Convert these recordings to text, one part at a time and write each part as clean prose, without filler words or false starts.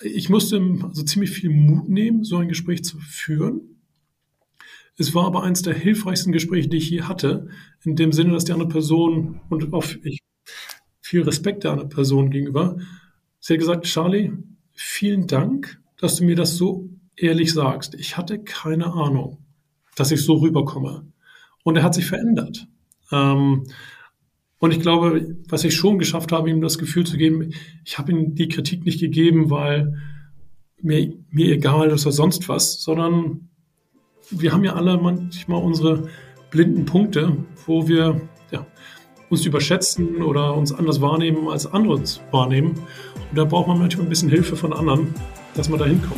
ich musste also ziemlich viel Mut nehmen, so ein Gespräch zu führen. Es war aber eines der hilfreichsten Gespräche, die ich je hatte, in dem Sinne, dass die andere Person und auch ich viel Respekt der anderen Person gegenüber, sie hat gesagt, Charlie, vielen Dank, dass du mir das so ehrlich sagst. Ich hatte keine Ahnung, dass ich so rüberkomme. Und er hat sich verändert. Und ich glaube, was ich schon geschafft habe, ihm das Gefühl zu geben, ich habe ihm die Kritik nicht gegeben, weil mir egal ist oder sonst was, sondern wir haben ja alle manchmal unsere blinden Punkte, wo wir uns überschätzen oder uns anders wahrnehmen, als andere uns wahrnehmen. Und da braucht man manchmal ein bisschen Hilfe von anderen, dass man da hinkommt.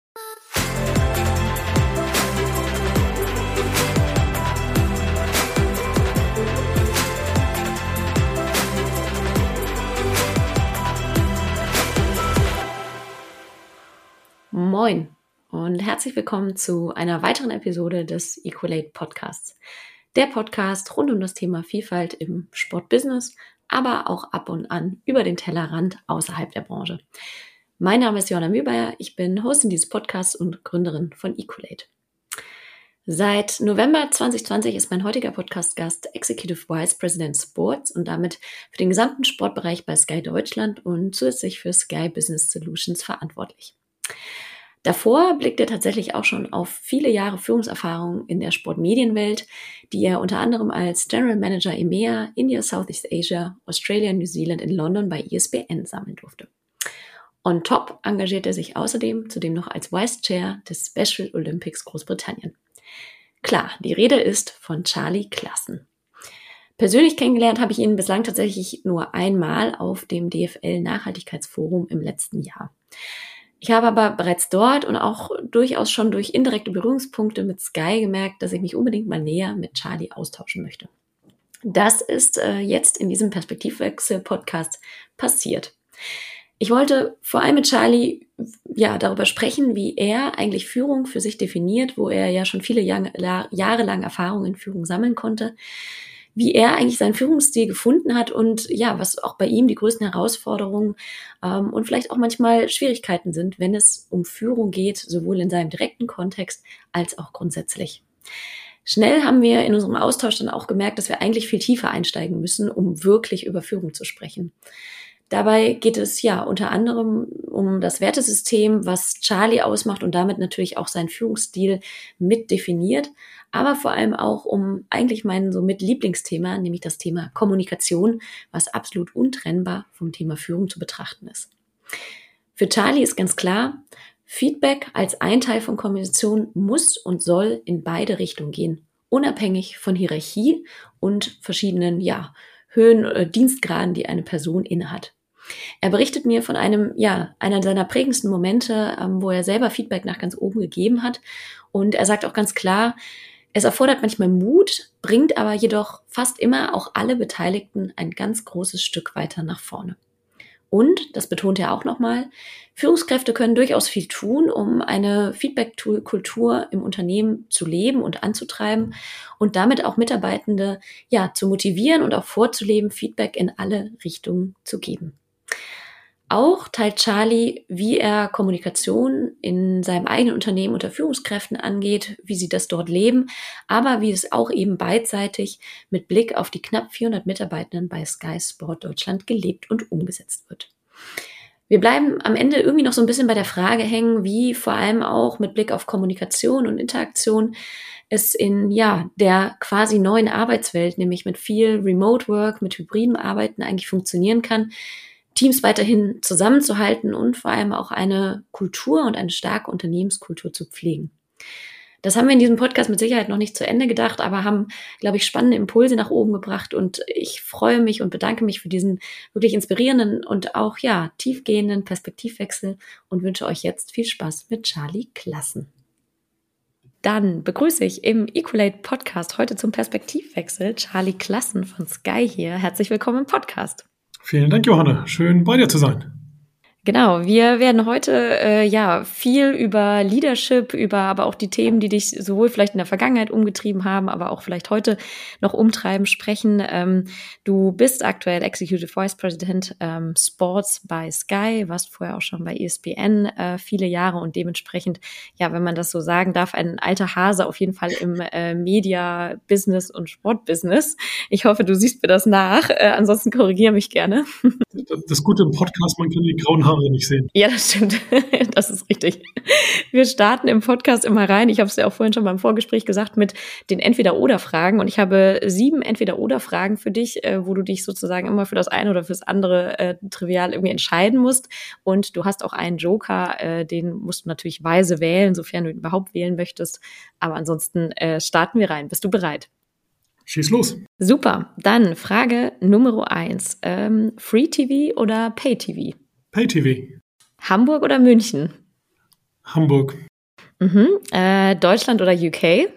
Moin und herzlich willkommen zu einer weiteren Episode des Equalate Podcasts. Der Podcast rund um das Thema Vielfalt im Sportbusiness, aber auch ab und an über den Tellerrand außerhalb der Branche. Mein Name ist Joanna Mühlbayer, ich bin Hostin dieses Podcasts und Gründerin von Equalate. Seit November 2020 ist mein heutiger Podcast-Gast Executive Vice President Sports und damit für den gesamten Sportbereich bei Sky Deutschland und zusätzlich für Sky Business Solutions verantwortlich. Davor blickt er tatsächlich auch schon auf viele Jahre Führungserfahrung in der Sportmedienwelt, die er unter anderem als General Manager EMEA, India, Southeast Asia, Australia, New Zealand in London bei ISBN sammeln durfte. On top engagiert er sich außerdem zudem noch als Vice Chair des Special Olympics Großbritannien. Klar, die Rede ist von Charlie Klassen. Persönlich kennengelernt habe ich ihn bislang tatsächlich nur einmal auf dem DFL-Nachhaltigkeitsforum im letzten Jahr. Ich habe aber bereits dort und auch durchaus schon durch indirekte Berührungspunkte mit Sky gemerkt, dass ich mich unbedingt mal näher mit Charlie austauschen möchte. Das ist jetzt in diesem Perspektivwechsel-Podcast passiert. Ich wollte vor allem mit Charlie darüber sprechen, wie er eigentlich Führung für sich definiert, wo er ja schon viele jahrelang Erfahrung in Führung sammeln konnte, wie er eigentlich seinen Führungsstil gefunden hat und was auch bei ihm die größten Herausforderungen und vielleicht auch manchmal Schwierigkeiten sind, wenn es um Führung geht, sowohl in seinem direkten Kontext als auch grundsätzlich. Schnell haben wir in unserem Austausch dann auch gemerkt, dass wir eigentlich viel tiefer einsteigen müssen, um wirklich über Führung zu sprechen. Dabei geht es unter anderem um das Wertesystem, was Charlie ausmacht und damit natürlich auch seinen Führungsstil mit definiert, aber vor allem auch um eigentlich mein somit Lieblingsthema, nämlich das Thema Kommunikation, was absolut untrennbar vom Thema Führung zu betrachten ist. Für Charlie ist ganz klar, Feedback als ein Teil von Kommunikation muss und soll in beide Richtungen gehen, unabhängig von Hierarchie und verschiedenen Höhen oder Dienstgraden, die eine Person innehat. Er berichtet mir von einer seiner prägendsten Momente, wo er selber Feedback nach ganz oben gegeben hat. Und er sagt auch ganz klar, es erfordert manchmal Mut, bringt aber jedoch fast immer auch alle Beteiligten ein ganz großes Stück weiter nach vorne. Und, das betont er auch nochmal, Führungskräfte können durchaus viel tun, um eine Feedback-Kultur im Unternehmen zu leben und anzutreiben und damit auch Mitarbeitende zu motivieren und auch vorzuleben, Feedback in alle Richtungen zu geben. Auch teilt Charlie, wie er Kommunikation in seinem eigenen Unternehmen unter Führungskräften angeht, wie sie das dort leben, aber wie es auch eben beidseitig mit Blick auf die knapp 400 Mitarbeitenden bei Sky Sport Deutschland gelebt und umgesetzt wird. Wir bleiben am Ende irgendwie noch so ein bisschen bei der Frage hängen, wie vor allem auch mit Blick auf Kommunikation und Interaktion es in der quasi neuen Arbeitswelt, nämlich mit viel Remote Work, mit hybriden Arbeiten eigentlich funktionieren kann, Teams weiterhin zusammenzuhalten und vor allem auch eine Kultur und eine starke Unternehmenskultur zu pflegen. Das haben wir in diesem Podcast mit Sicherheit noch nicht zu Ende gedacht, aber haben, glaube ich, spannende Impulse nach oben gebracht und ich freue mich und bedanke mich für diesen wirklich inspirierenden und auch tiefgehenden Perspektivwechsel und wünsche euch jetzt viel Spaß mit Charlie Klassen. Dann begrüße ich im Equalate Podcast heute zum Perspektivwechsel Charlie Klassen von Sky hier. Herzlich willkommen im Podcast. Vielen Dank, Johanna. Schön, bei dir zu sein. Genau, wir werden heute viel über Leadership, über aber auch die Themen, die dich sowohl vielleicht in der Vergangenheit umgetrieben haben, aber auch vielleicht heute noch umtreiben, sprechen. Du bist aktuell Executive Vice President Sports bei Sky, warst vorher auch schon bei ESPN viele Jahre und dementsprechend, ja, wenn man das so sagen darf, ein alter Hase auf jeden Fall im Media-Business und Sport-Business. Ich hoffe, du siehst mir das nach. Ansonsten korrigiere mich gerne. Das Gute im Podcast, man kann die grauen Haare nicht sehen. Ja, das stimmt. Das ist richtig. Wir starten im Podcast immer rein. Ich habe es ja auch vorhin schon beim Vorgespräch gesagt mit den Entweder-Oder-Fragen. Und ich habe 7 Entweder-Oder-Fragen für dich, wo du dich sozusagen immer für das eine oder fürs andere trivial irgendwie entscheiden musst. Und du hast auch einen Joker, den musst du natürlich weise wählen, sofern du ihn überhaupt wählen möchtest. Aber ansonsten starten wir rein. Bist du bereit? Schieß los. Super. Dann Frage Nummer 1. Free TV oder Pay TV? Pay TV. Hamburg oder München? Hamburg. Deutschland oder UK?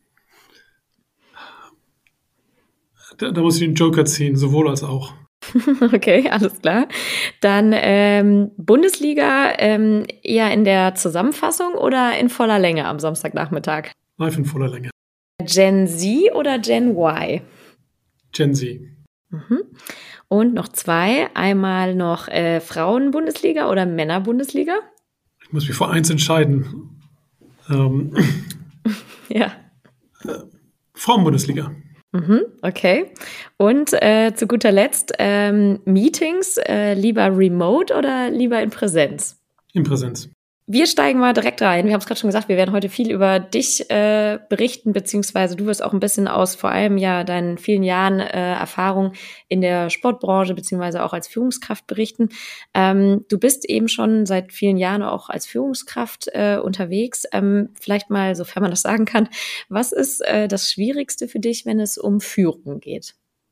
Da muss ich den Joker ziehen, sowohl als auch. Okay, alles klar. Dann Bundesliga eher in der Zusammenfassung oder in voller Länge am Samstagnachmittag? Live in voller Länge. Gen Z oder Gen Y? Gen Z. Und noch 2. Einmal noch Frauen-Bundesliga oder Männer-Bundesliga? Ich muss mich für eins entscheiden. Ja. Frauen-Bundesliga. Okay. Und zu guter Letzt Meetings lieber remote oder lieber in Präsenz? In Präsenz. Wir steigen mal direkt rein. Wir haben es gerade schon gesagt, wir werden heute viel über dich berichten, beziehungsweise du wirst auch ein bisschen aus vor allem ja deinen vielen Jahren Erfahrung in der Sportbranche, beziehungsweise auch als Führungskraft berichten. Du bist eben schon seit vielen Jahren auch als Führungskraft unterwegs. Vielleicht mal, sofern man das sagen kann, was ist das Schwierigste für dich, wenn es um Führung geht?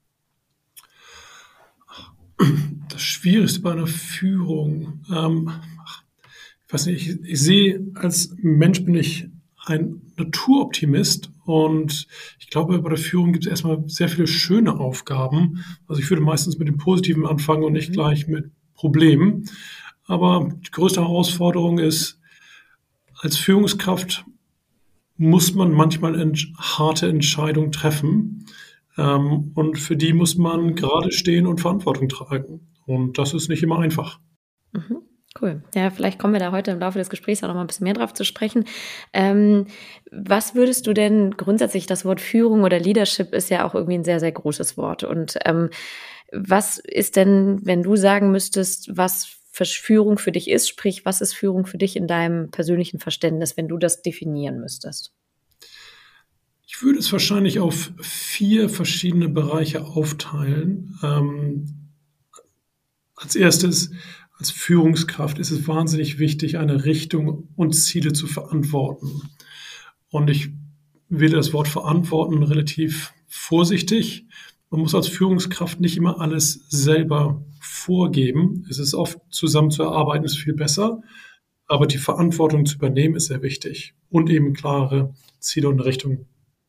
Das Schwierigste bei einer Führung, ich weiß nicht, ich sehe, als Mensch bin ich ein Naturoptimist und ich glaube, bei der Führung gibt es erstmal sehr viele schöne Aufgaben. Also ich würde meistens mit dem Positiven anfangen und nicht gleich mit Problemen. Aber die größte Herausforderung ist, als Führungskraft muss man manchmal harte Entscheidungen treffen. Und für die muss man gerade stehen und Verantwortung tragen. Und das ist nicht immer einfach. Cool. Ja, vielleicht kommen wir da heute im Laufe des Gesprächs auch noch mal ein bisschen mehr drauf zu sprechen. Was würdest du denn grundsätzlich, das Wort Führung oder Leadership ist ja auch irgendwie ein sehr, sehr großes Wort. Und was ist denn, wenn du sagen müsstest, was Führung für dich ist, sprich, was ist Führung für dich in deinem persönlichen Verständnis, wenn du das definieren müsstest? Ich würde es wahrscheinlich auf 4 verschiedene Bereiche aufteilen. Als erstes, als Führungskraft ist es wahnsinnig wichtig, eine Richtung und Ziele zu verantworten. Und ich wähle das Wort verantworten relativ vorsichtig. Man muss als Führungskraft nicht immer alles selber vorgeben. Es ist oft zusammen zu erarbeiten, ist viel besser. Aber die Verantwortung zu übernehmen ist sehr wichtig. Und eben klare Ziele und Richtung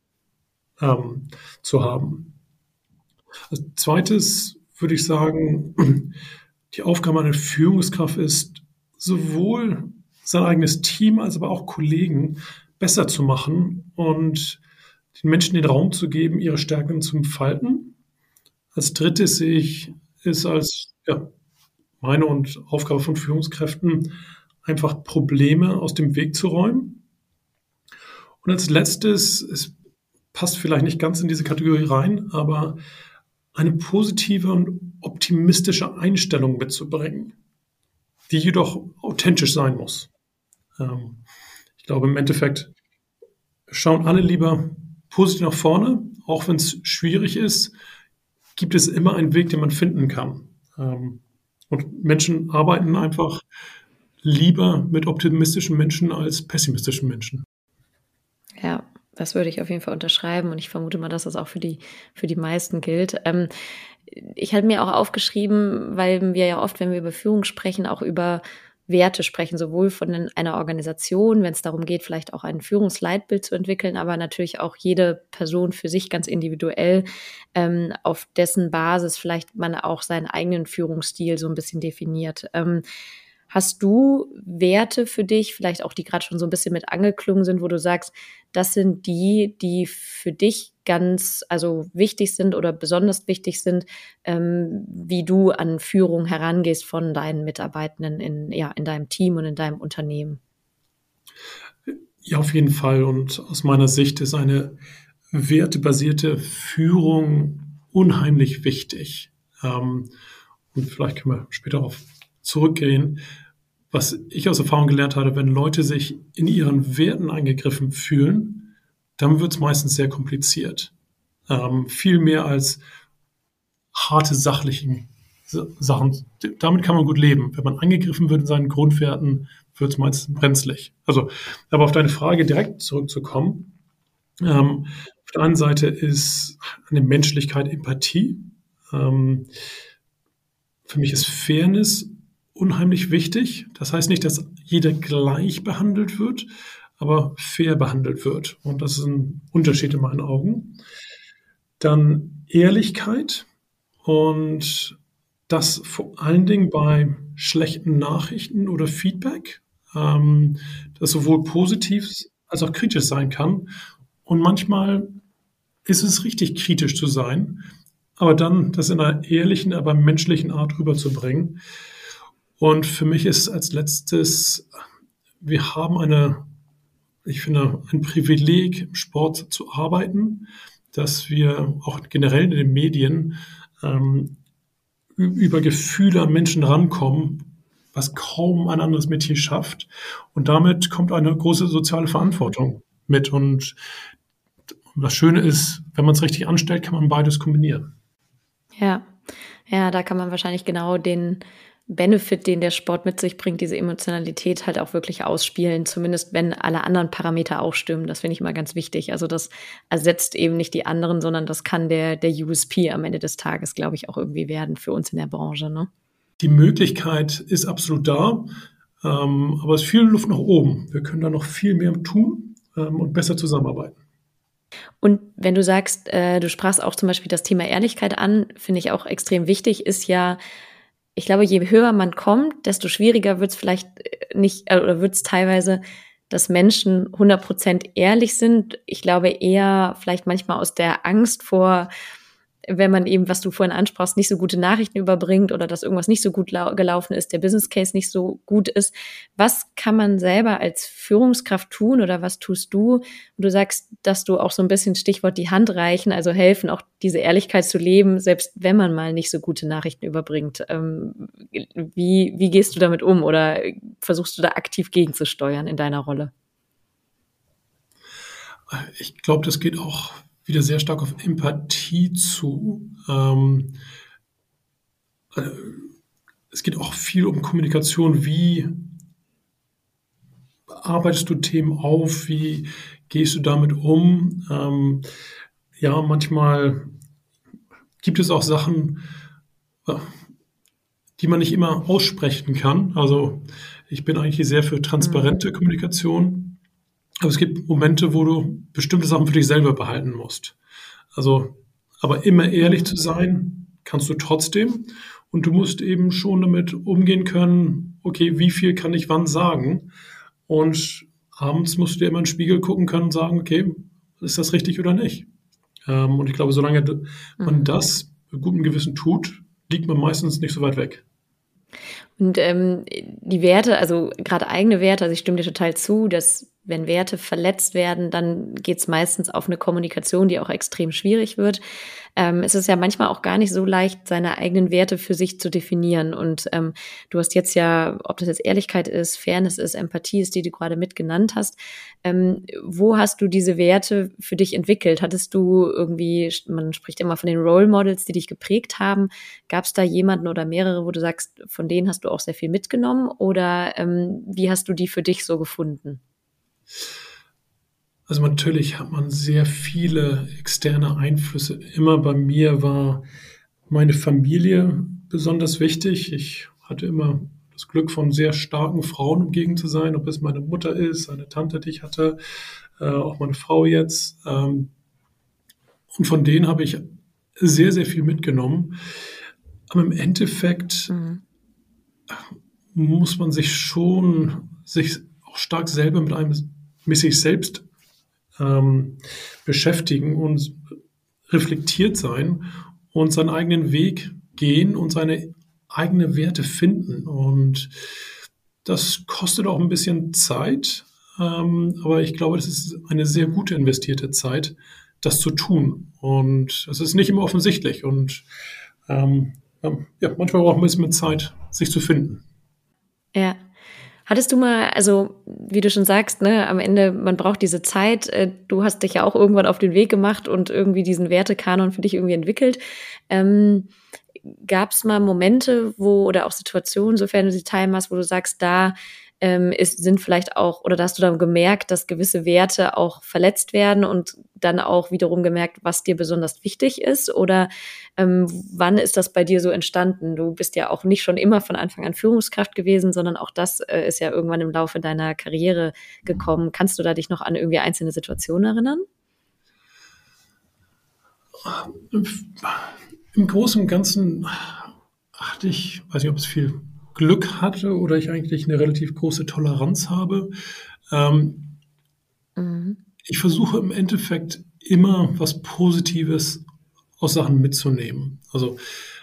zu haben. Als zweites würde ich sagen, die Aufgabe einer Führungskraft ist, sowohl sein eigenes Team als aber auch Kollegen besser zu machen und den Menschen den Raum zu geben, ihre Stärken zu entfalten. Als drittes sehe ich es als meine und Aufgabe von Führungskräften, einfach Probleme aus dem Weg zu räumen. Und als letztes, es passt vielleicht nicht ganz in diese Kategorie rein, aber eine positive und optimistische Einstellung mitzubringen, die jedoch authentisch sein muss. Ich glaube, im Endeffekt schauen alle lieber positiv nach vorne, auch wenn es schwierig ist, gibt es immer einen Weg, den man finden kann. Und Menschen arbeiten einfach lieber mit optimistischen Menschen als pessimistischen Menschen. Ja, das würde ich auf jeden Fall unterschreiben und ich vermute mal, dass das auch für die meisten gilt. Ich habe mir auch aufgeschrieben, weil wir ja oft, wenn wir über Führung sprechen, auch über Werte sprechen, sowohl von einer Organisation, wenn es darum geht, vielleicht auch ein Führungsleitbild zu entwickeln, aber natürlich auch jede Person für sich ganz individuell, auf dessen Basis vielleicht man auch seinen eigenen Führungsstil so ein bisschen definiert. Hast du Werte für dich, vielleicht auch die gerade schon so ein bisschen mit angeklungen sind, wo du sagst, das sind die für dich ganz, also, wichtig sind oder besonders wichtig sind, wie du an Führung herangehst von deinen Mitarbeitenden in deinem Team und in deinem Unternehmen? Ja, auf jeden Fall. Und aus meiner Sicht ist eine wertebasierte Führung unheimlich wichtig. Und vielleicht können wir später darauf zurückgehen. Was ich aus Erfahrung gelernt habe, wenn Leute sich in ihren Werten angegriffen fühlen, dann wird es meistens sehr kompliziert. Viel mehr als harte sachlichen Sachen. Damit kann man gut leben. Wenn man angegriffen wird in seinen Grundwerten, wird es meistens brenzlig. Also, aber auf deine Frage direkt zurückzukommen. Auf der einen Seite ist eine Menschlichkeit Empathie. Ähm, für mich ist Fairness unheimlich wichtig. Das heißt nicht, dass jeder gleich behandelt wird, aber fair behandelt wird. Und das ist ein Unterschied in meinen Augen. Dann Ehrlichkeit und das vor allen Dingen bei schlechten Nachrichten oder Feedback, das sowohl positiv als auch kritisch sein kann. Und manchmal ist es richtig, kritisch zu sein, aber dann das in einer ehrlichen, aber menschlichen Art rüberzubringen. Und für mich ist als Letztes, wir haben ich finde, ein Privileg, im Sport zu arbeiten, dass wir auch generell in den Medien über Gefühle an Menschen rankommen, was kaum ein anderes Metier schafft. Und damit kommt eine große soziale Verantwortung mit. Und das Schöne ist, wenn man es richtig anstellt, kann man beides kombinieren. Ja. Ja, da kann man wahrscheinlich genau den Benefit, den der Sport mit sich bringt, diese Emotionalität halt auch wirklich ausspielen, zumindest wenn alle anderen Parameter auch stimmen. Das finde ich immer ganz wichtig. Also, das ersetzt eben nicht die anderen, sondern das kann der USP am Ende des Tages, glaube ich, auch irgendwie werden für uns in der Branche, ne? Die Möglichkeit ist absolut da, aber es ist viel Luft nach oben. Wir können da noch viel mehr tun und besser zusammenarbeiten. Und wenn du sagst, du sprachst auch zum Beispiel das Thema Ehrlichkeit an, finde ich auch extrem wichtig, ist ja, ich glaube, je höher man kommt, desto schwieriger wird es vielleicht nicht, oder wird es teilweise, dass Menschen 100% ehrlich sind. Ich glaube eher vielleicht manchmal aus der Angst vor, wenn man eben, was du vorhin ansprachst, nicht so gute Nachrichten überbringt oder dass irgendwas nicht so gut gelaufen ist, der Business Case nicht so gut ist. Was kann man selber als Führungskraft tun oder was tust du? Du sagst, dass du auch so ein bisschen Stichwort die Hand reichen, also helfen, auch diese Ehrlichkeit zu leben, selbst wenn man mal nicht so gute Nachrichten überbringt. Wie gehst du damit um oder versuchst du da aktiv gegenzusteuern in deiner Rolle? Ich glaube, das geht auch wieder sehr stark auf Empathie zu. Äh, Es geht auch viel um Kommunikation. Wie arbeitest du Themen auf? Wie gehst du damit um? Ja, manchmal gibt es auch Sachen, äh, die man nicht immer aussprechen kann. Also ich bin eigentlich sehr für transparente Kommunikation. Aber es gibt Momente, wo du bestimmte Sachen für dich selber behalten musst. Also, aber immer ehrlich zu sein, kannst du trotzdem. Und du musst eben schon damit umgehen können, okay, wie viel kann ich wann sagen? Und abends musst du dir immer in den Spiegel gucken können und sagen, okay, ist das richtig oder nicht? Und ich glaube, solange man das mit gutem Gewissen tut, liegt man meistens nicht so weit weg. Und die Werte, also gerade eigene Werte, also ich stimme dir total zu, dass wenn Werte verletzt werden, dann geht es meistens auf eine Kommunikation, die auch extrem schwierig wird. Es ist ja manchmal auch gar nicht so leicht, seine eigenen Werte für sich zu definieren. Und du hast jetzt ja, ob das jetzt Ehrlichkeit ist, Fairness ist, Empathie ist, die du gerade mitgenannt hast. Wo hast du diese Werte für dich entwickelt? Hattest du irgendwie, man spricht immer von den Role Models, die dich geprägt haben. Gab es da jemanden oder mehrere, wo du sagst, von denen hast du auch sehr viel mitgenommen? Oder wie hast du die für dich so gefunden? Also natürlich hat man sehr viele externe Einflüsse. Immer bei mir war meine Familie besonders wichtig. Ich hatte immer das Glück, von sehr starken Frauen umgeben zu sein, ob es meine Mutter ist, eine Tante, die ich hatte, auch meine Frau jetzt. Und von denen habe ich sehr, sehr viel mitgenommen. Aber im Endeffekt muss man sich auch stark selber mit sich selbst beschäftigen und reflektiert sein und seinen eigenen Weg gehen und seine eigene Werte finden. Und das kostet auch ein bisschen Zeit, aber ich glaube, das ist eine sehr gute investierte Zeit, das zu tun. Und es ist nicht immer offensichtlich. Und ähm, ja, manchmal braucht man ein bisschen mehr Zeit, sich zu finden. Ja. Hattest du mal, also wie du schon sagst, ne, am Ende, man braucht diese Zeit. Du hast dich ja auch irgendwann auf den Weg gemacht und irgendwie diesen Wertekanon für dich irgendwie entwickelt. Gab es mal Momente, oder auch Situationen, sofern du sie teilen hast, wo du sagst, da sind vielleicht auch, oder da hast du dann gemerkt, dass gewisse Werte auch verletzt werden und dann auch wiederum gemerkt, was dir besonders wichtig ist? Oder wann ist das bei dir so entstanden? Du bist ja auch nicht schon immer von Anfang an Führungskraft gewesen, sondern auch das ist ja irgendwann im Laufe deiner Karriere gekommen. Kannst du da dich noch an irgendwie einzelne Situationen erinnern? Im Großen und Ganzen hatte ich, weiß nicht, ob es viel Glück hatte oder ich eigentlich eine relativ große Toleranz habe. Ähm, Mhm. Ich versuche im Endeffekt immer was Positives aus Sachen mitzunehmen. Also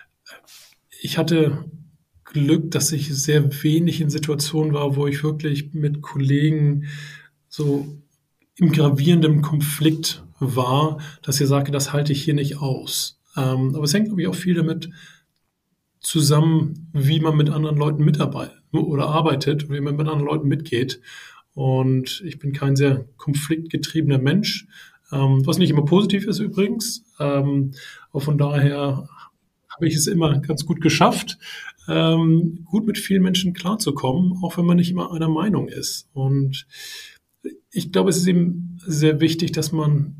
ich hatte Glück, dass ich sehr wenig in Situationen war, wo ich wirklich mit Kollegen so im gravierenden Konflikt war, dass ich sage, das halte ich hier nicht aus. Aber es hängt, glaube ich, auch viel damit zusammen, wie man mit anderen Leuten mitarbeitet oder arbeitet, wie man mit anderen Leuten mitgeht. Und ich bin kein sehr konfliktgetriebener Mensch, was nicht immer positiv ist übrigens. Aber von daher habe ich es immer ganz gut geschafft, gut mit vielen Menschen klarzukommen, auch wenn man nicht immer einer Meinung ist. Und ich glaube, es ist eben sehr wichtig, dass man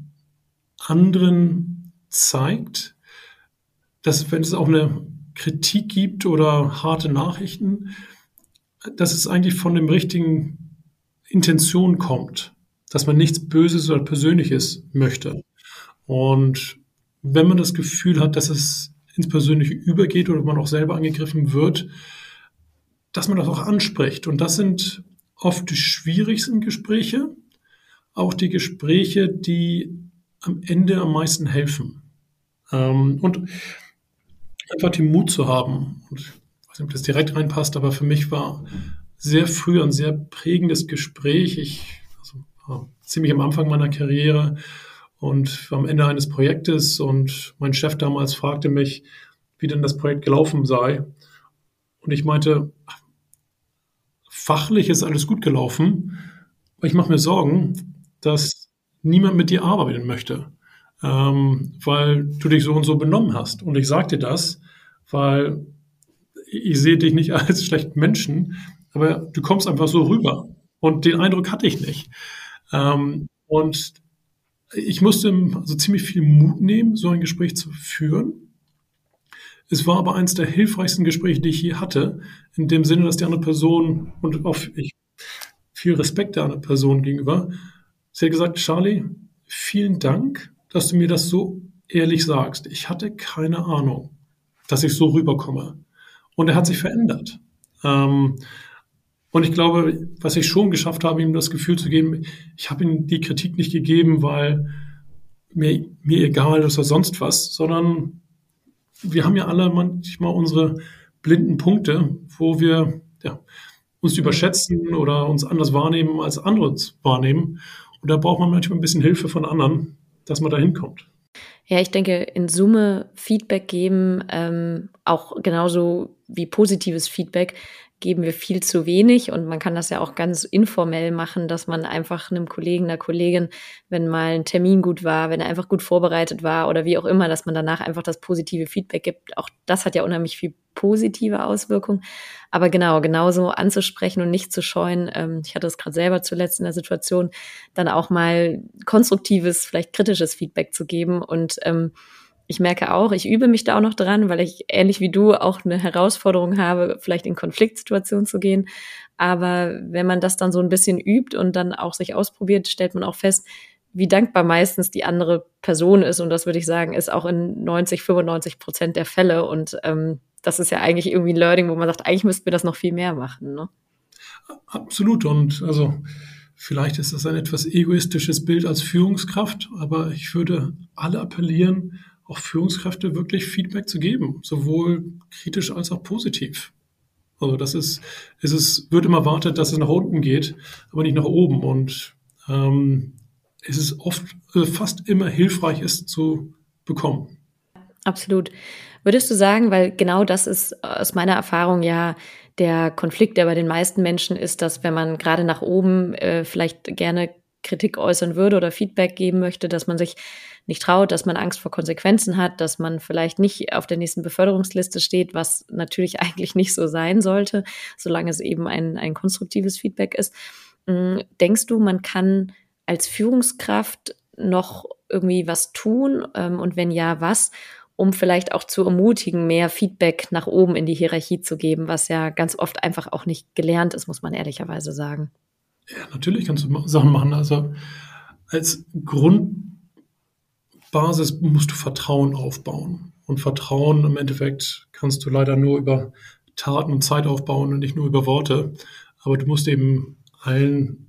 anderen zeigt, dass wenn es auch eine Kritik gibt oder harte Nachrichten, dass es eigentlich von dem richtigen Intention kommt, dass man nichts Böses oder Persönliches möchte. Und wenn man das Gefühl hat, dass es ins Persönliche übergeht oder man auch selber angegriffen wird, dass man das auch anspricht. Und das sind oft die schwierigsten Gespräche, auch die Gespräche, die am Ende am meisten helfen. Und einfach den Mut zu haben. Und ich weiß nicht, ob das direkt reinpasst, aber für mich war sehr früh ein sehr prägendes Gespräch. War ziemlich am Anfang meiner Karriere und war am Ende eines Projektes und mein Chef damals fragte mich, wie denn das Projekt gelaufen sei. Und ich meinte, fachlich ist alles gut gelaufen, aber ich mache mir Sorgen, dass niemand mit dir arbeiten möchte, weil du dich so und so benommen hast. Und ich sagte das, weil ich sehe dich nicht als schlechten Menschen, aber du kommst einfach so rüber. Und den Eindruck hatte ich nicht. Und ich musste also ziemlich viel Mut nehmen, so ein Gespräch zu führen. Es war aber eines der hilfreichsten Gespräche, die ich je hatte, in dem Sinne, dass die andere Person und auch ich viel Respekt der anderen Person gegenüber, sie hat gesagt, Charlie, vielen Dank, dass du mir das so ehrlich sagst. Ich hatte keine Ahnung, dass ich so rüberkomme. Und er hat sich verändert. Und ich glaube, was ich schon geschafft habe, ihm das Gefühl zu geben, ich habe ihm die Kritik nicht gegeben, weil mir egal ist oder sonst was, sondern wir haben ja alle manchmal unsere blinden Punkte, wo wir uns überschätzen oder uns anders wahrnehmen, als andere uns wahrnehmen. Und da braucht man manchmal ein bisschen Hilfe von anderen, dass man da hinkommt. Ja, ich denke, in Summe Feedback geben, auch genauso wie positives Feedback, geben wir viel zu wenig. Und man kann das ja auch ganz informell machen, dass man einfach einem Kollegen, einer Kollegin, wenn mal ein Termin gut war, wenn er einfach gut vorbereitet war oder wie auch immer, dass man danach einfach das positive Feedback gibt. Auch das hat ja unheimlich viel positive Auswirkungen. Aber genauso anzusprechen und nicht zu scheuen. Ich hatte es gerade selber zuletzt in der Situation, dann auch mal konstruktives, vielleicht kritisches Feedback zu geben. Und ich merke auch, ich übe mich da auch noch dran, weil ich ähnlich wie du auch eine Herausforderung habe, vielleicht in Konfliktsituationen zu gehen. Aber wenn man das dann so ein bisschen übt und dann auch sich ausprobiert, stellt man auch fest, wie dankbar meistens die andere Person ist. Und das würde ich sagen, ist auch in 95% der Fälle. Und das ist ja eigentlich irgendwie ein Learning, wo man sagt, eigentlich müssten wir das noch viel mehr machen, ne? Absolut. Und also vielleicht ist das ein etwas egoistisches Bild als Führungskraft, aber ich würde alle appellieren, auch Führungskräfte wirklich Feedback zu geben, sowohl kritisch als auch positiv. Also wird immer erwartet, dass es nach unten geht, aber nicht nach oben. Und es ist oft, fast immer hilfreich, es zu bekommen. Absolut. Würdest du sagen, weil genau das ist aus meiner Erfahrung ja der Konflikt, der bei den meisten Menschen ist, dass wenn man gerade nach oben vielleicht gerne Kritik äußern würde oder Feedback geben möchte, dass man sich nicht traut, dass man Angst vor Konsequenzen hat, dass man vielleicht nicht auf der nächsten Beförderungsliste steht, was natürlich eigentlich nicht so sein sollte, solange es eben ein konstruktives Feedback ist. Denkst du, man kann als Führungskraft noch irgendwie was tun? Und wenn ja, was? Um vielleicht auch zu ermutigen, mehr Feedback nach oben in die Hierarchie zu geben, was ja ganz oft einfach auch nicht gelernt ist, muss man ehrlicherweise sagen. Ja, natürlich kannst du Sachen machen. Also als Grundbasis musst du Vertrauen aufbauen. Und Vertrauen im Endeffekt kannst du leider nur über Taten und Zeit aufbauen und nicht nur über Worte. Aber du musst eben allen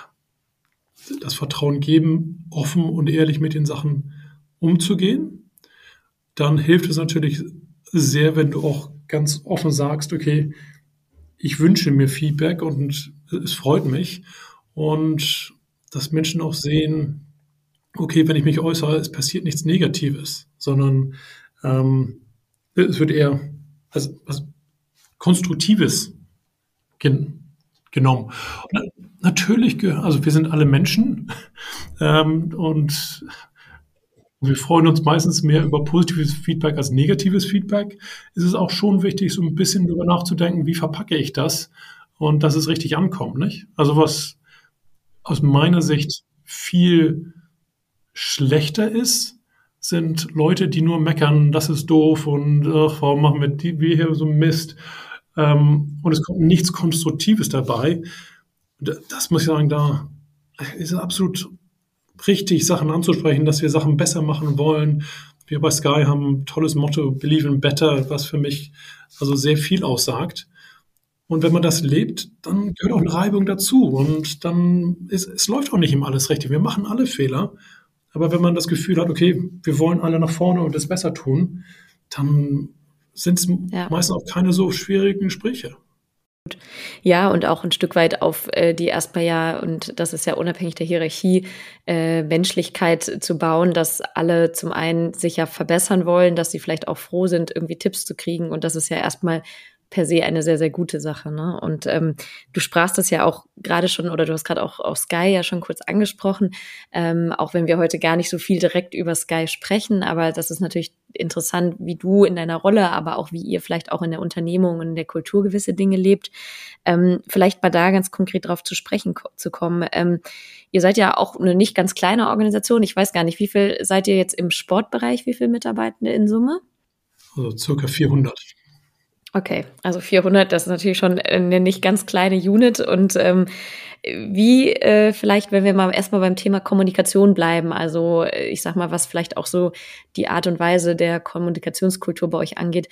das Vertrauen geben, offen und ehrlich mit den Sachen umzugehen. Dann hilft es natürlich sehr, wenn du auch ganz offen sagst, okay, ich wünsche mir Feedback und es freut mich. Und dass Menschen auch sehen, okay, wenn ich mich äußere, es passiert nichts Negatives, sondern es wird eher als was Konstruktives genommen. Und natürlich, also wir sind alle Menschen und wir freuen uns meistens mehr über positives Feedback als negatives Feedback. Es ist auch schon wichtig, so ein bisschen darüber nachzudenken, wie verpacke ich das und dass es richtig ankommt, nicht? Also was aus meiner Sicht viel schlechter ist, sind Leute, die nur meckern, das ist doof und ach, warum machen wir hier so Mist? Und es kommt nichts Konstruktives dabei. Das muss ich sagen, da ist es absolut richtig, Sachen anzusprechen, dass wir Sachen besser machen wollen. Wir bei Sky haben ein tolles Motto, Believe in Better, was für mich also sehr viel aussagt. Und wenn man das lebt, dann gehört auch eine Reibung dazu. Und dann es läuft auch nicht immer alles richtig. Wir machen alle Fehler. Aber wenn man das Gefühl hat, okay, wir wollen alle nach vorne und es besser tun, dann sind es meistens auch keine so schwierigen Gespräche. Ja, und auch ein Stück weit auf die erstmal ja, und das ist ja unabhängig der Hierarchie, Menschlichkeit zu bauen, dass alle zum einen sich ja verbessern wollen, dass sie vielleicht auch froh sind, irgendwie Tipps zu kriegen. Und das ist ja erstmal per se eine sehr, sehr gute Sache, ne? Und du sprachst das ja auch gerade schon, oder du hast gerade auch auf Sky ja schon kurz angesprochen, auch wenn wir heute gar nicht so viel direkt über Sky sprechen, aber das ist natürlich interessant, wie du in deiner Rolle, aber auch wie ihr vielleicht auch in der Unternehmung und in der Kultur gewisse Dinge lebt. Vielleicht mal da ganz konkret drauf zu sprechen zu kommen. Ihr seid ja auch eine nicht ganz kleine Organisation. Ich weiß gar nicht, wie viel seid ihr jetzt im Sportbereich, wie viele Mitarbeitende in Summe? Also circa 400. Okay, also 400, das ist natürlich schon eine nicht ganz kleine Unit. Und wie vielleicht, wenn wir mal erstmal beim Thema Kommunikation bleiben, also ich sag mal, was vielleicht auch so die Art und Weise der Kommunikationskultur bei euch angeht,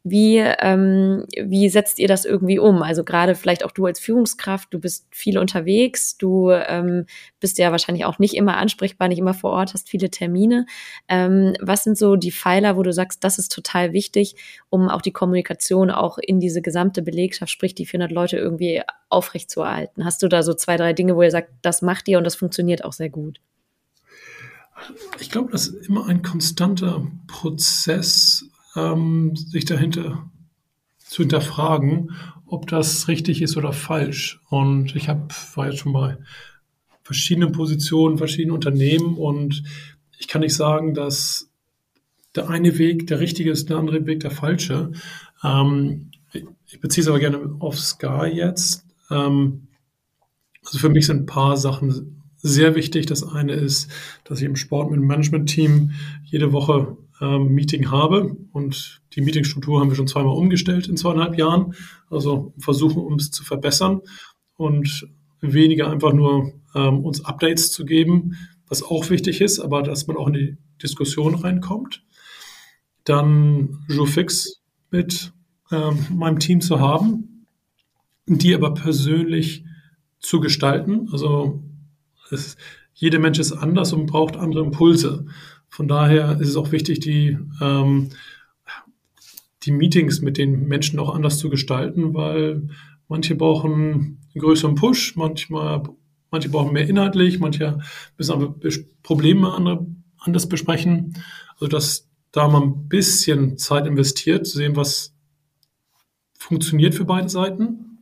wie setzt ihr das irgendwie um? Also gerade vielleicht auch du als Führungskraft, du bist viel unterwegs, du bist ja wahrscheinlich auch nicht immer ansprechbar, nicht immer vor Ort, hast viele Termine. Was sind so die Pfeiler, wo du sagst, das ist total wichtig, um auch die Kommunikation auch in diese gesamte Belegschaft, sprich die 400 Leute irgendwie aufrechtzuerhalten? Hast du da so 2, 3 Dinge, wo ihr sagt, das macht ihr und das funktioniert auch sehr gut? Ich glaube, das ist immer ein konstanter Prozess, sich dahinter zu hinterfragen, ob das richtig ist oder falsch. Und ich war jetzt schon bei verschiedenen Positionen, verschiedenen Unternehmen und ich kann nicht sagen, dass der eine Weg der richtige ist, der andere Weg der falsche. Ich beziehe es aber gerne auf Sky jetzt. Also für mich sind ein paar Sachen sehr wichtig. Das eine ist, dass ich im Sport mit dem Management-Team jede Woche ein Meeting habe. Und die Meetingstruktur haben wir schon 2-mal umgestellt in 2,5 Jahren. Also versuchen, uns zu verbessern und weniger einfach nur uns Updates zu geben, was auch wichtig ist, aber dass man auch in die Diskussion reinkommt. Dann Jour fix mit in meinem Team zu haben, die aber persönlich zu gestalten. Also jeder Mensch ist anders und braucht andere Impulse. Von daher ist es auch wichtig, die Meetings mit den Menschen auch anders zu gestalten, weil manche brauchen einen größeren Push, manche brauchen mehr inhaltlich, manche müssen aber Probleme anders besprechen. Also dass da man ein bisschen Zeit investiert, zu sehen, was funktioniert für beide Seiten.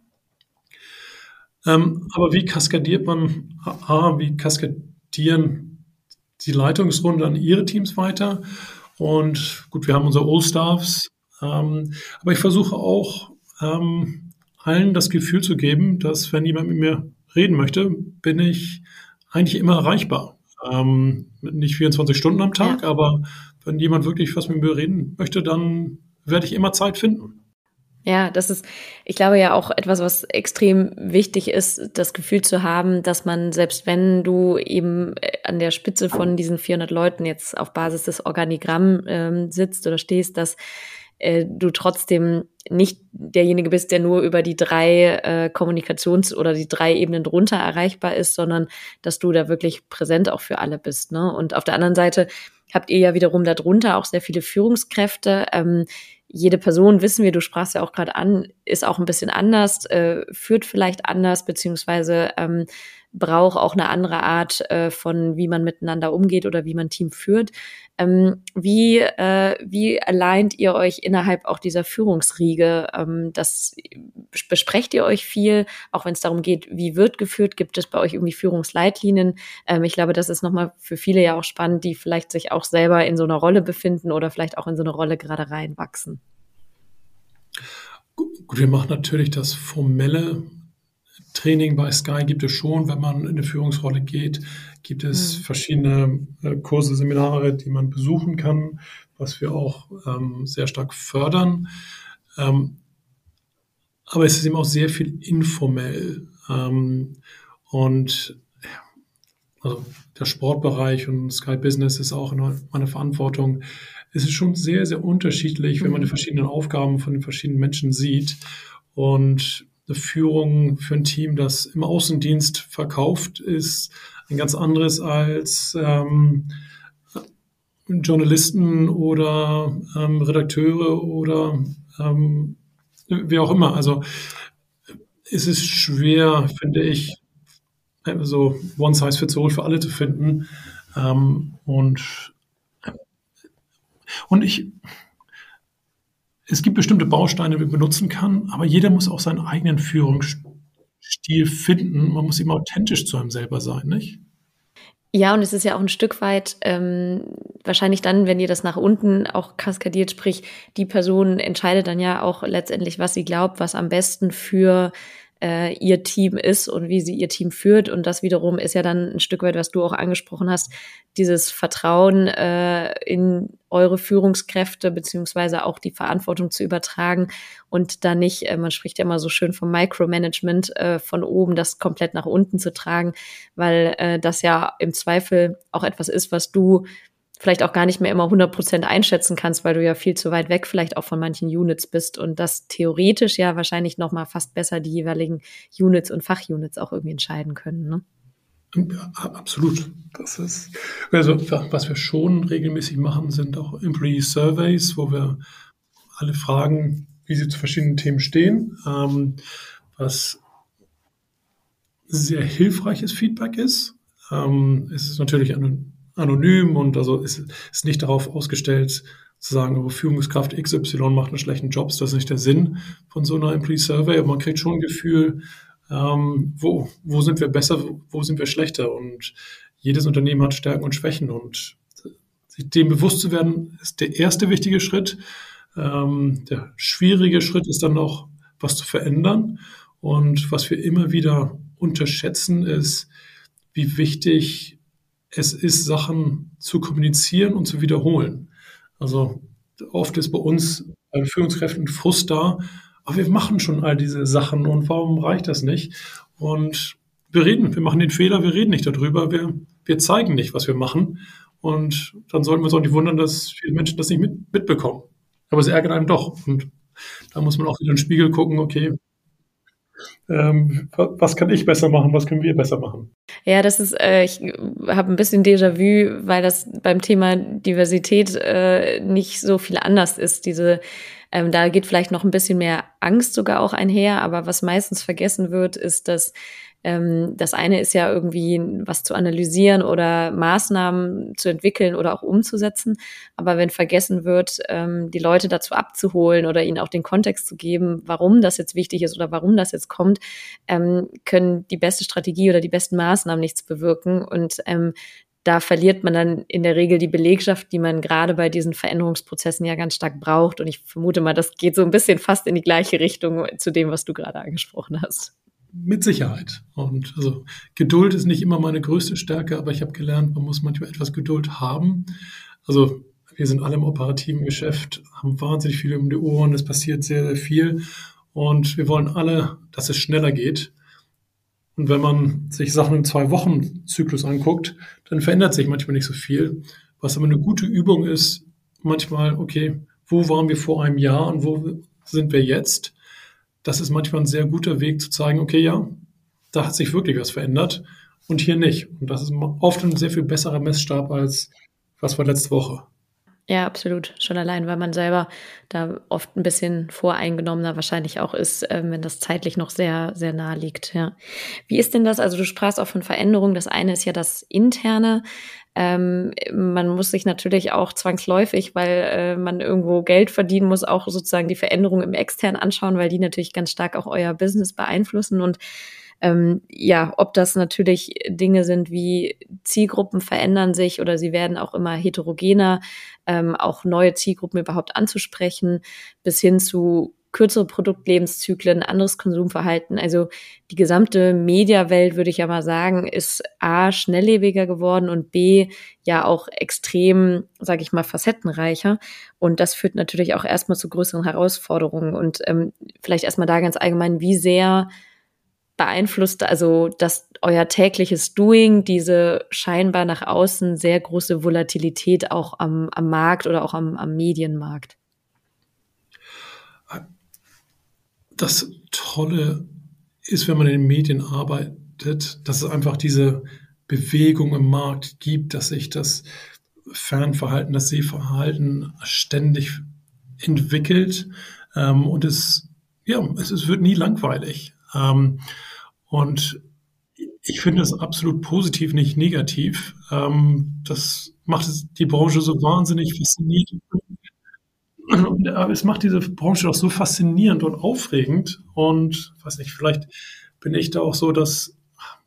Aber wie kaskadiert man, wie kaskadieren die Leitungsrunde an ihre Teams weiter? Und gut, wir haben unsere All-Staffs, aber ich versuche auch, allen das Gefühl zu geben, dass wenn jemand mit mir reden möchte, bin ich eigentlich immer erreichbar. Nicht 24 Stunden am Tag, Ja. aber wenn jemand wirklich was mit mir reden möchte, dann werde ich immer Zeit finden. Ja, das ist, ich glaube ja auch etwas, was extrem wichtig ist, das Gefühl zu haben, dass man, selbst wenn du eben an der Spitze von diesen 400 Leuten jetzt auf Basis des Organigramm sitzt oder stehst, dass du trotzdem nicht derjenige bist, der nur über die 3 oder die 3 Ebenen drunter erreichbar ist, sondern dass du da wirklich präsent auch für alle bist, ne? Und auf der anderen Seite habt ihr ja wiederum darunter auch sehr viele Führungskräfte. Jede Person, wissen wir, du sprachst ja auch gerade an, ist auch ein bisschen anders, führt vielleicht anders, beziehungsweise braucht auch eine andere Art von, wie man miteinander umgeht oder wie man Team führt. Wie alignt ihr euch innerhalb auch dieser Führungsriege? Das besprecht ihr euch viel, auch wenn es darum geht, wie wird geführt? Gibt es bei euch irgendwie Führungsleitlinien? Ich glaube, das ist nochmal für viele ja auch spannend, die vielleicht sich auch selber in so einer Rolle befinden oder vielleicht auch in so eine Rolle gerade reinwachsen. Gut, wir machen natürlich das formelle Training bei Sky gibt es schon, wenn man in eine Führungsrolle geht, gibt es verschiedene Kurse, Seminare, die man besuchen kann, was wir auch sehr stark fördern. Aber es ist eben auch sehr viel informell. Und also der Sportbereich und Sky Business ist auch in meiner Verantwortung. Es ist schon sehr, sehr unterschiedlich, wenn man die verschiedenen Aufgaben von den verschiedenen Menschen sieht. Und eine Führung für ein Team, das im Außendienst verkauft, ist ein ganz anderes als Journalisten oder Redakteure oder wie auch immer. Also es ist schwer, finde ich, so one size fits all für alle zu finden. Und es gibt bestimmte Bausteine, die man benutzen kann, aber jeder muss auch seinen eigenen Führungsstil finden. Man muss eben authentisch zu einem selber sein, nicht? Ja, und es ist ja auch ein Stück weit wahrscheinlich dann, wenn ihr das nach unten auch kaskadiert, sprich, die Person entscheidet dann ja auch letztendlich, was sie glaubt, was am besten für ihr Team ist und wie sie ihr Team führt. Und das wiederum ist ja dann ein Stück weit, was du auch angesprochen hast, dieses Vertrauen in eure Führungskräfte beziehungsweise auch die Verantwortung zu übertragen und da nicht, man spricht ja immer so schön vom Micromanagement, von oben das komplett nach unten zu tragen, weil das ja im Zweifel auch etwas ist, was du vielleicht auch gar nicht mehr immer 100% einschätzen kannst, weil du ja viel zu weit weg vielleicht auch von manchen Units bist und das theoretisch ja wahrscheinlich noch mal fast besser die jeweiligen Units und Fachunits auch irgendwie entscheiden können, ne? Ja, absolut. Das ist, also, was wir schon regelmäßig machen, sind auch Employee Surveys, wo wir alle fragen, wie sie zu verschiedenen Themen stehen, was sehr hilfreiches Feedback ist. Es ist natürlich anonym und also ist nicht darauf ausgestellt, zu sagen, aber Führungskraft XY macht einen schlechten Job. Das ist nicht der Sinn von so einer Employee Survey, aber man kriegt schon ein Gefühl, wo sind wir besser, wo sind wir schlechter. Und jedes Unternehmen hat Stärken und Schwächen und sich dem bewusst zu werden, ist der erste wichtige Schritt. Der schwierige Schritt ist dann noch, was zu verändern. Und was wir immer wieder unterschätzen, ist, wie wichtig es ist, Sachen zu kommunizieren und zu wiederholen. Also oft ist bei uns bei Führungskräften Frust da, aber wir machen schon all diese Sachen und warum reicht das nicht? Und wir machen den Fehler, wir reden nicht darüber, wir zeigen nicht, was wir machen. Und dann sollten wir uns auch nicht wundern, dass viele Menschen das nicht mitbekommen. Aber es ärgert einen doch. Und Da muss man auch wieder in den Spiegel gucken, okay, was kann ich besser machen, was können wir besser machen? Ja, das ist, ich habe ein bisschen Déjà-vu, weil das beim Thema Diversität nicht so viel anders ist. Da geht vielleicht noch ein bisschen mehr Angst sogar auch einher, aber was meistens vergessen wird, ist, dass das eine ist ja irgendwie was zu analysieren oder Maßnahmen zu entwickeln oder auch umzusetzen. Aber wenn vergessen wird, die Leute dazu abzuholen oder ihnen auch den Kontext zu geben, warum das jetzt wichtig ist oder warum das jetzt kommt, können die beste Strategie oder die besten Maßnahmen nichts bewirken. Und da verliert man dann in der Regel die Belegschaft, die man gerade bei diesen Veränderungsprozessen ja ganz stark braucht. Und ich vermute mal, das geht so ein bisschen fast in die gleiche Richtung zu dem, was du gerade angesprochen hast. Mit Sicherheit. Und also Geduld ist nicht immer meine größte Stärke, aber ich habe gelernt, man muss manchmal etwas Geduld haben. Also wir sind alle im operativen Geschäft, haben wahnsinnig viel um die Ohren, es passiert sehr, sehr viel und wir wollen alle, dass es schneller geht. Und wenn man sich Sachen im 2-Wochen-Zyklus anguckt, dann verändert sich manchmal nicht so viel. Was aber eine gute Übung ist, manchmal, okay, wo waren wir vor einem Jahr und wo sind wir jetzt? Das ist manchmal ein sehr guter Weg zu zeigen, okay, ja, da hat sich wirklich was verändert und hier nicht. Und das ist oft ein sehr viel besserer Messstab als was war letzte Woche. Ja, absolut. Schon allein, weil man selber da oft ein bisschen voreingenommener wahrscheinlich auch ist, wenn das zeitlich noch sehr, sehr nahe liegt, ja. Wie ist denn das? Also, du sprachst auch von Veränderungen. Das eine ist ja das Interne. Man muss sich natürlich auch zwangsläufig, weil man irgendwo Geld verdienen muss, auch sozusagen die Veränderungen im Externen anschauen, weil die natürlich ganz stark auch euer Business beeinflussen. Und ja, ob das natürlich Dinge sind wie Zielgruppen verändern sich oder sie werden auch immer heterogener, auch neue Zielgruppen überhaupt anzusprechen, bis hin zu kürzere Produktlebenszyklen, anderes Konsumverhalten. Also die gesamte Mediawelt, würde ich ja mal sagen, ist A, schnelllebiger geworden und B, ja auch extrem, sage ich mal, facettenreicher. Und das führt natürlich auch erstmal zu größeren Herausforderungen. Und vielleicht erstmal da ganz allgemein, wie sehr beeinflusst also dass euer tägliches Doing diese scheinbar nach außen sehr große Volatilität auch am Markt oder auch am Medienmarkt? Das Tolle ist, wenn man in den Medien arbeitet, dass es einfach diese Bewegung im Markt gibt, dass sich das Fernverhalten, das Sehverhalten ständig entwickelt und es wird nie langweilig. Und ich finde es absolut positiv, nicht negativ. Das macht die Branche so wahnsinnig faszinierend. Aber es macht diese Branche auch so faszinierend und aufregend. Und weiß nicht, vielleicht bin ich da auch so, dass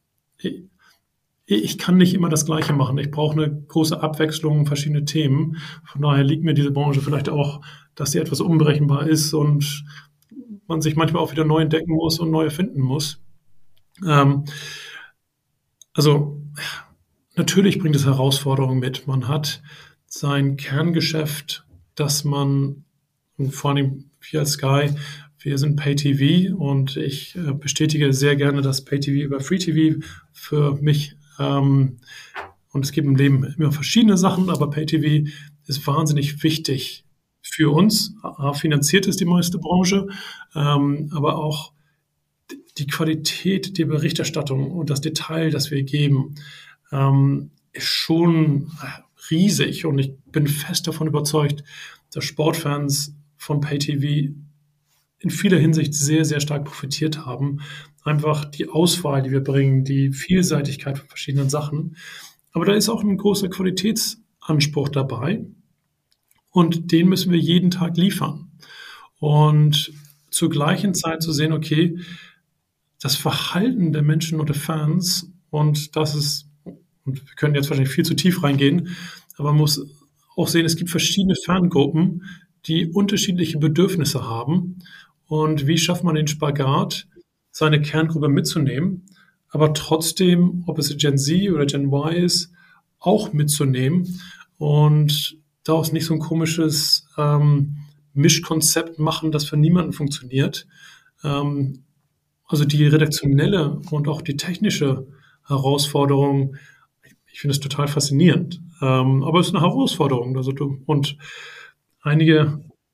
ich kann nicht immer das Gleiche machen. Ich brauche eine große Abwechslung, verschiedene Themen. Von daher liegt mir diese Branche vielleicht auch, dass sie etwas unberechenbar ist und man sich manchmal auch wieder neu entdecken muss und neu erfinden muss. Ähm, also natürlich bringt es Herausforderungen mit. Man hat sein Kerngeschäft, dass man, und vor allem wir als Sky, wir sind Pay-TV und ich bestätige sehr gerne, dass Pay-TV über Free-TV für mich, und es gibt im Leben immer verschiedene Sachen, aber Pay-TV ist wahnsinnig wichtig für uns. Finanziert ist die meiste Branche, aber auch die Qualität der Berichterstattung und das Detail, das wir geben, ist schon riesig. Und ich bin fest davon überzeugt, dass Sportfans von Pay-TV in vieler Hinsicht sehr, sehr stark profitiert haben. Einfach die Auswahl, die wir bringen, die Vielseitigkeit von verschiedenen Sachen. Aber da ist auch ein großer Qualitätsanspruch dabei. Und den müssen wir jeden Tag liefern. Und zur gleichen Zeit zu sehen, okay, das Verhalten der Menschen oder Fans, und das ist, und wir können jetzt wahrscheinlich viel zu tief reingehen, aber man muss auch sehen, es gibt verschiedene Fangruppen, die unterschiedliche Bedürfnisse haben. Und wie schafft man den Spagat, seine Kerngruppe mitzunehmen, aber trotzdem, ob es Gen Z oder Gen Y ist, auch mitzunehmen und daraus nicht so ein komisches Mischkonzept machen, das für niemanden funktioniert. Also die redaktionelle und auch die technische Herausforderung, ich finde es total faszinierend. Aber es ist eine Herausforderung. Und einige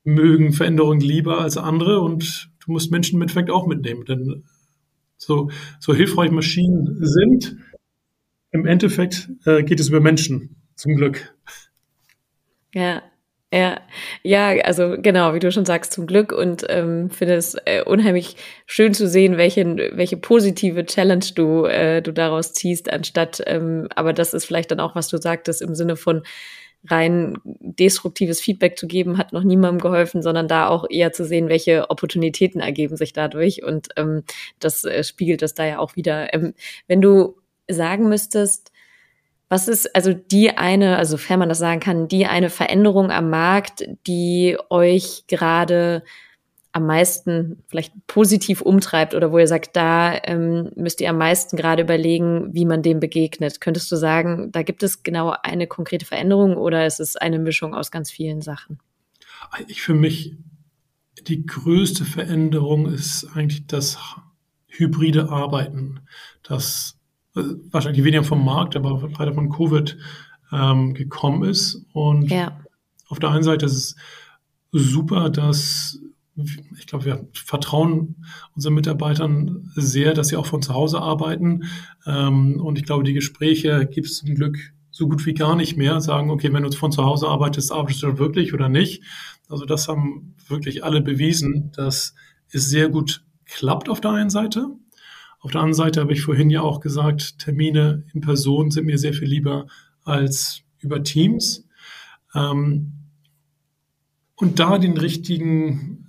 mögen Veränderungen lieber als andere und du musst Menschen im Endeffekt auch mitnehmen, denn so hilfreich Maschinen sind, im Endeffekt geht es über Menschen, zum Glück. Ja, ja, ja, also genau, wie du schon sagst, zum Glück und finde es unheimlich schön zu sehen, welche positive Challenge du daraus ziehst, anstatt, aber das ist vielleicht dann auch, was du sagtest, im Sinne von rein destruktives Feedback zu geben, hat noch niemandem geholfen, sondern da auch eher zu sehen, welche Opportunitäten ergeben sich dadurch und das spiegelt das da ja auch wieder. Wenn du sagen müsstest, was ist also die eine, also sofern man das sagen kann, die eine Veränderung am Markt, die euch gerade am meisten vielleicht positiv umtreibt oder wo ihr sagt, da müsst ihr am meisten gerade überlegen, wie man dem begegnet? Könntest du sagen, da gibt es genau eine konkrete Veränderung oder ist es eine Mischung aus ganz vielen Sachen? Für mich die größte Veränderung ist eigentlich das hybride Arbeiten, das wahrscheinlich weniger vom Markt, aber leider von Covid gekommen ist. Und Ja, auf der einen Seite ist es super, dass ich glaube, wir vertrauen unseren Mitarbeitern sehr, dass sie auch von zu Hause arbeiten. Und ich glaube, die Gespräche gibt es zum Glück so gut wie gar nicht mehr. Sagen, okay, wenn du von zu Hause arbeitest, arbeitest du wirklich oder nicht? Also das haben wirklich alle bewiesen, dass es sehr gut klappt auf der einen Seite. Auf der anderen Seite habe ich vorhin ja auch gesagt, Termine in Person sind mir sehr viel lieber als über Teams. Ähm, und da den richtigen,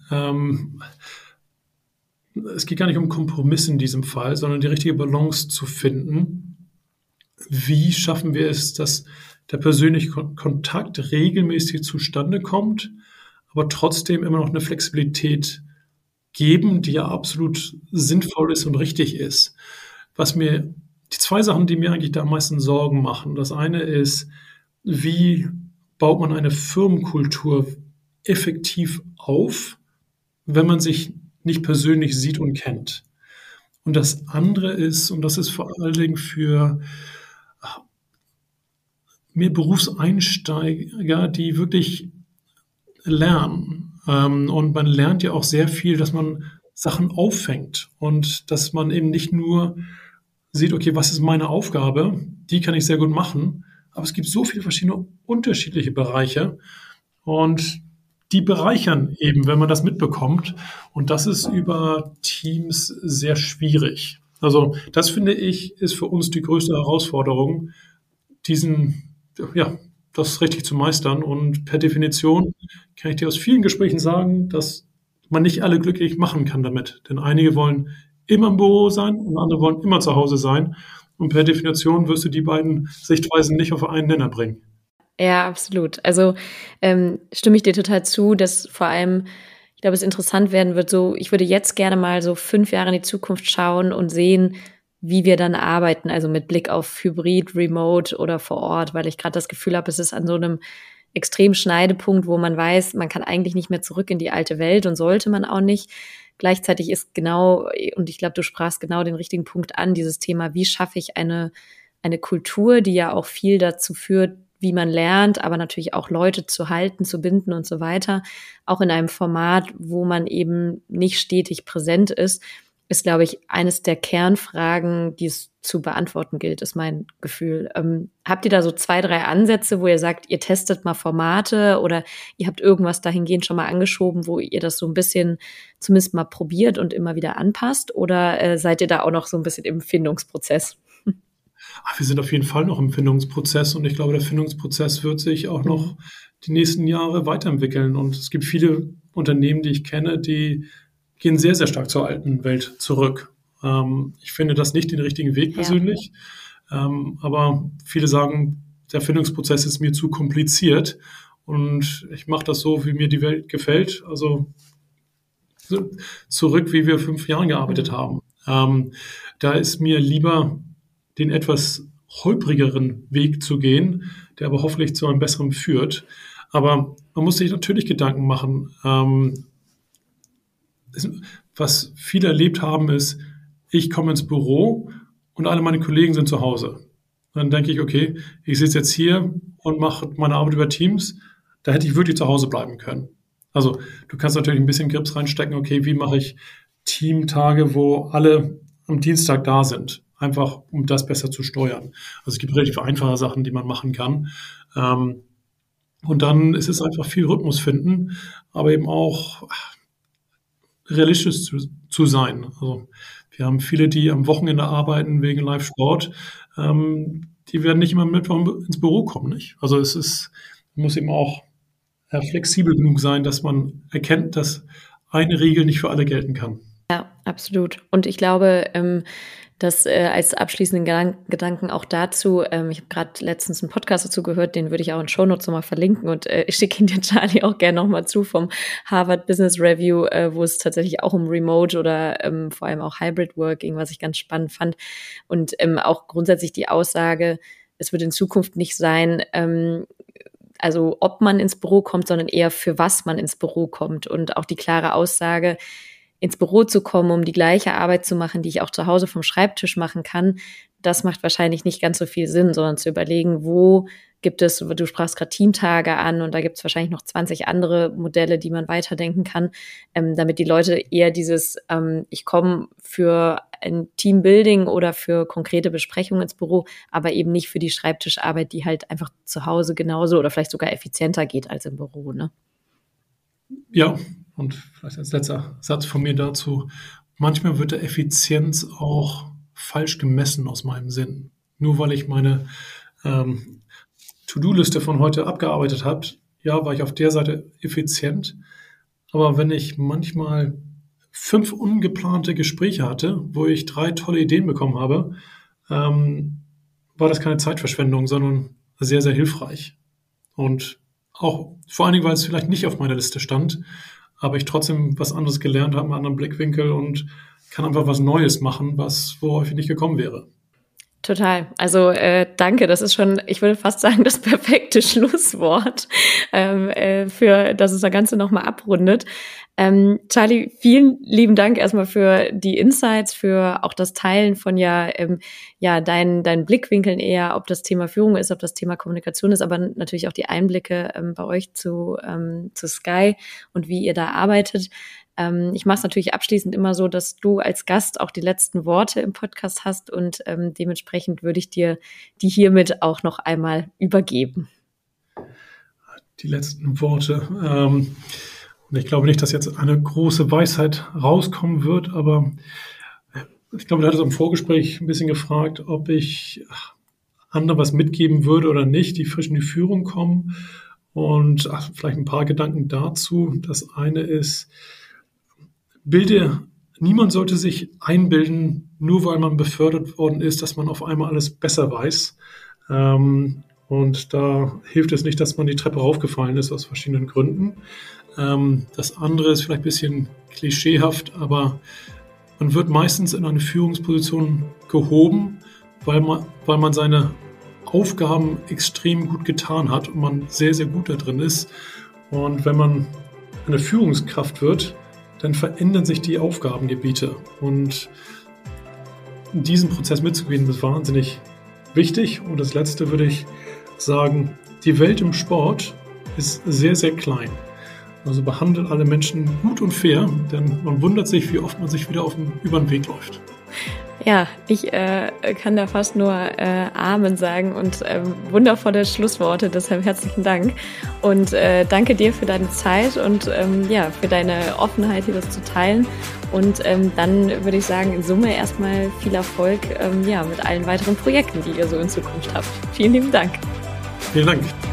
es geht gar nicht um Kompromiss in diesem Fall, sondern die richtige Balance zu finden. Wie schaffen wir es, dass der persönliche Kontakt regelmäßig zustande kommt, aber trotzdem immer noch eine Flexibilität geben, die ja absolut sinnvoll ist und richtig ist. Die zwei Sachen, die mir eigentlich da am meisten Sorgen machen. Das eine ist, wie baut man eine Firmenkultur effektiv auf, wenn man sich nicht persönlich sieht und kennt. Und das andere ist, und das ist vor allen Dingen für mehr Berufseinsteiger, die wirklich lernen. Und man lernt ja auch sehr viel, dass man Sachen auffängt und dass man eben nicht nur sieht, okay, was ist meine Aufgabe? Die kann ich sehr gut machen. Aber es gibt so viele verschiedene unterschiedliche Bereiche und die bereichern eben, wenn man das mitbekommt. Und das ist über Teams sehr schwierig. Also das finde ich, ist für uns die größte Herausforderung, diesen, ja, das richtig zu meistern. Und per Definition kann ich dir aus vielen Gesprächen sagen, dass man nicht alle glücklich machen kann damit. Denn einige wollen immer im Büro sein und andere wollen immer zu Hause sein. Und per Definition wirst du die beiden Sichtweisen nicht auf einen Nenner bringen. ja, absolut. Also stimme ich dir total zu, dass vor allem, ich glaube, es interessant werden wird, so, ich würde jetzt gerne mal so 5 Jahre in die Zukunft schauen und sehen, wie wir dann arbeiten, also mit Blick auf Hybrid, Remote oder vor Ort, weil ich gerade das Gefühl habe, es ist an so einem extremen Schneidepunkt, wo man weiß, man kann eigentlich nicht mehr zurück in die alte Welt und sollte man auch nicht. Gleichzeitig ist genau, und ich glaube, du sprachst genau den richtigen Punkt an, dieses Thema, wie schaffe ich eine Kultur, die ja auch viel dazu führt, wie man lernt, aber natürlich auch Leute zu halten, zu binden und so weiter, auch in einem Format, wo man eben nicht stetig präsent ist, glaube ich, eines der Kernfragen, die es zu beantworten gilt, ist mein Gefühl. Habt ihr da so 2, 3 Ansätze, wo ihr sagt, ihr testet mal Formate oder ihr habt irgendwas dahingehend schon mal angeschoben, wo ihr das so ein bisschen zumindest mal probiert und immer wieder anpasst? Oder seid ihr da auch noch so ein bisschen im Findungsprozess? Wir sind auf jeden Fall noch im Findungsprozess und ich glaube, der Findungsprozess wird sich auch noch die nächsten Jahre weiterentwickeln. Und es gibt viele Unternehmen, die ich kenne, die gehen sehr, sehr stark zur alten Welt zurück. Ich finde das nicht den richtigen Weg persönlich, aber viele sagen, der Findungsprozess ist mir zu kompliziert und ich mache das so, wie mir die Welt gefällt, also zurück, wie wir 5 Jahren gearbeitet haben. Da ist mir lieber den etwas holprigeren Weg zu gehen, der aber hoffentlich zu einem besseren führt. Aber man muss sich natürlich Gedanken machen. Was viele erlebt haben, ist, ich komme ins Büro und alle meine Kollegen sind zu Hause. Dann denke ich, okay, ich sitze jetzt hier und mache meine Arbeit über Teams. Da hätte ich wirklich zu Hause bleiben können. Also du kannst natürlich ein bisschen Grips reinstecken, okay, wie mache ich Teamtage, wo alle am Dienstag da sind, einfach um das besser zu steuern. Also es gibt relativ einfache Sachen, die man machen kann. Und dann ist es einfach viel Rhythmus finden, aber eben auch realistisch zu sein. Also wir haben viele, die am Wochenende arbeiten wegen Live-Sport. Die werden nicht immer mit ins Büro kommen, nicht? Also muss eben auch flexibel genug sein, dass man erkennt, dass eine Regel nicht für alle gelten kann. Ja, absolut. Und ich glaube, dass als abschließenden Gedanken auch dazu, ich habe gerade letztens einen Podcast dazu gehört, den würde ich auch in Shownotes nochmal verlinken und ich schicke ihn dir, Charlie, auch gerne nochmal zu vom Harvard Business Review, wo es tatsächlich auch um Remote oder vor allem auch Hybrid Working, was ich ganz spannend fand. Und auch grundsätzlich die Aussage, es wird in Zukunft nicht sein, also ob man ins Büro kommt, sondern eher für was man ins Büro kommt. Und auch die klare Aussage, ins Büro zu kommen, um die gleiche Arbeit zu machen, die ich auch zu Hause vom Schreibtisch machen kann, das macht wahrscheinlich nicht ganz so viel Sinn, sondern zu überlegen, wo gibt es, du sprachst gerade Teamtage an und da gibt es wahrscheinlich noch 20 andere Modelle, die man weiterdenken kann, damit die Leute eher dieses, ich komme für ein Teambuilding oder für konkrete Besprechungen ins Büro, aber eben nicht für die Schreibtischarbeit, die halt einfach zu Hause genauso oder vielleicht sogar effizienter geht als im Büro, ne? Ja, und vielleicht als letzter Satz von mir dazu. Manchmal wird der Effizienz auch falsch gemessen aus meinem Sinn. Nur weil ich meine To-Do-Liste von heute abgearbeitet habe, ja, war ich auf der Seite effizient. Aber wenn ich manchmal 5 ungeplante Gespräche hatte, wo ich 3 tolle Ideen bekommen habe, war das keine Zeitverschwendung, sondern sehr, sehr hilfreich. Und auch vor allen Dingen, weil es vielleicht nicht auf meiner Liste stand, aber ich trotzdem was anderes gelernt habe, einen anderen Blickwinkel und kann einfach was Neues machen, worauf ich nicht gekommen wäre. Total. Also danke, das ist schon, ich würde fast sagen, das perfekte Schlusswort, für dass es das Ganze nochmal abrundet. Charlie, vielen lieben Dank erstmal für die Insights, für auch das Teilen von deinen Blickwinkeln eher, ob das Thema Führung ist, ob das Thema Kommunikation ist, aber natürlich auch die Einblicke bei euch zu Sky und wie ihr da arbeitet. Ich mache es natürlich abschließend immer so, dass du als Gast auch die letzten Worte im Podcast hast und dementsprechend würde ich dir die hiermit auch noch einmal übergeben. Die letzten Worte. Und ich glaube nicht, dass jetzt eine große Weisheit rauskommen wird, aber ich glaube, du hattest im Vorgespräch ein bisschen gefragt, ob ich anderen was mitgeben würde oder nicht, die frisch in die Führung kommen. Und vielleicht ein paar Gedanken dazu. Das eine ist, niemand sollte sich einbilden, nur weil man befördert worden ist, dass man auf einmal alles besser weiß. Und da hilft es nicht, dass man die Treppe raufgefallen ist, aus verschiedenen Gründen. Das andere ist vielleicht ein bisschen klischeehaft, aber man wird meistens in eine Führungsposition gehoben, weil man seine Aufgaben extrem gut getan hat und man sehr, sehr gut da drin ist. Und wenn man eine Führungskraft wird, dann verändern sich die Aufgabengebiete. Und in diesem Prozess mitzugehen, ist wahnsinnig wichtig. Und das Letzte würde ich sagen, die Welt im Sport ist sehr, sehr klein. Also behandelt alle Menschen gut und fair, denn man wundert sich, wie oft man sich wieder über den Weg läuft. Ja, ich kann da fast nur Amen sagen und wundervolle Schlussworte, deshalb herzlichen Dank und danke dir für deine Zeit und für deine Offenheit, hier das zu teilen und dann würde ich sagen, in Summe erstmal viel Erfolg mit allen weiteren Projekten, die ihr so in Zukunft habt. Vielen lieben Dank. Vielen Dank.